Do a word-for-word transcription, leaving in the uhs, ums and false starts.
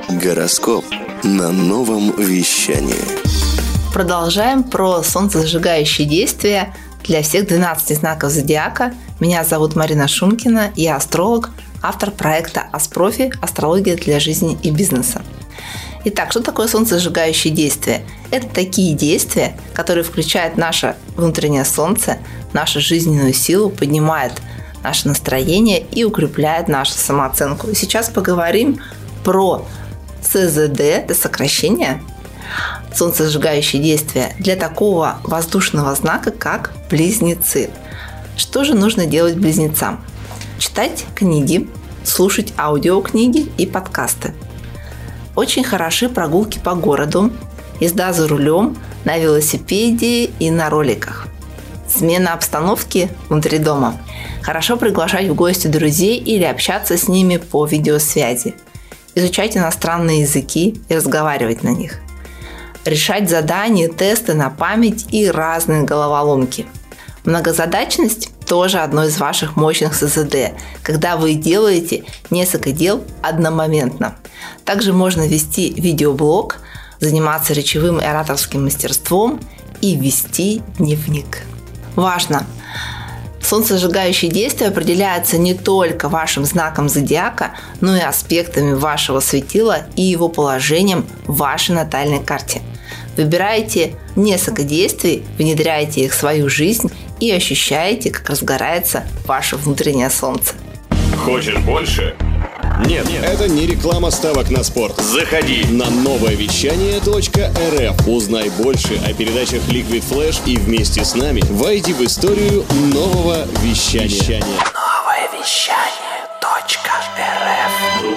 Гороскоп на новом вещании. Продолжаем про солнцезажигающие действия для всех двенадцати знаков зодиака. Меня зовут Марина Шумкина, я астролог, автор проекта Аспрофи «Астрология для жизни и бизнеса». Итак, что такое солнцезажигающие действия? Это такие действия, которые включают наше внутреннее солнце, нашу жизненную силу, поднимают наше настроение и укрепляют нашу самооценку. И сейчас поговорим про эс зэ дэ, это сокращение, солнцезажигающие действия для такого воздушного знака, как Близнецы. Что же нужно делать близнецам? Читать книги, слушать аудиокниги и подкасты. Очень хороши прогулки по городу, езда за рулем, на велосипеде и на роликах. Смена обстановки внутри дома. Хорошо приглашать в гости друзей или общаться с ними по видеосвязи. Изучать иностранные языки и разговаривать на них. Решать задания, тесты на память и разные головоломки. Многозадачность – тоже одно из ваших мощных эс зэ дэ, когда вы делаете несколько дел одномоментно. Также можно вести видеоблог, заниматься речевым и ораторским мастерством и вести дневник. Важно! Солнцезажигающие действия определяются не только вашим знаком зодиака, но и аспектами вашего светила и его положением в вашей натальной карте. Выбираете несколько действий, внедряете их в свою жизнь и ощущаете, как разгорается ваше внутреннее солнце. Хочешь больше? Нет, нет, это не реклама ставок на спорт. Заходи на новое вещание точка эр эф. Узнай больше о передачах Liquid Flash и вместе с нами войди в историю нового вещания. Новое вещание точка эр эф.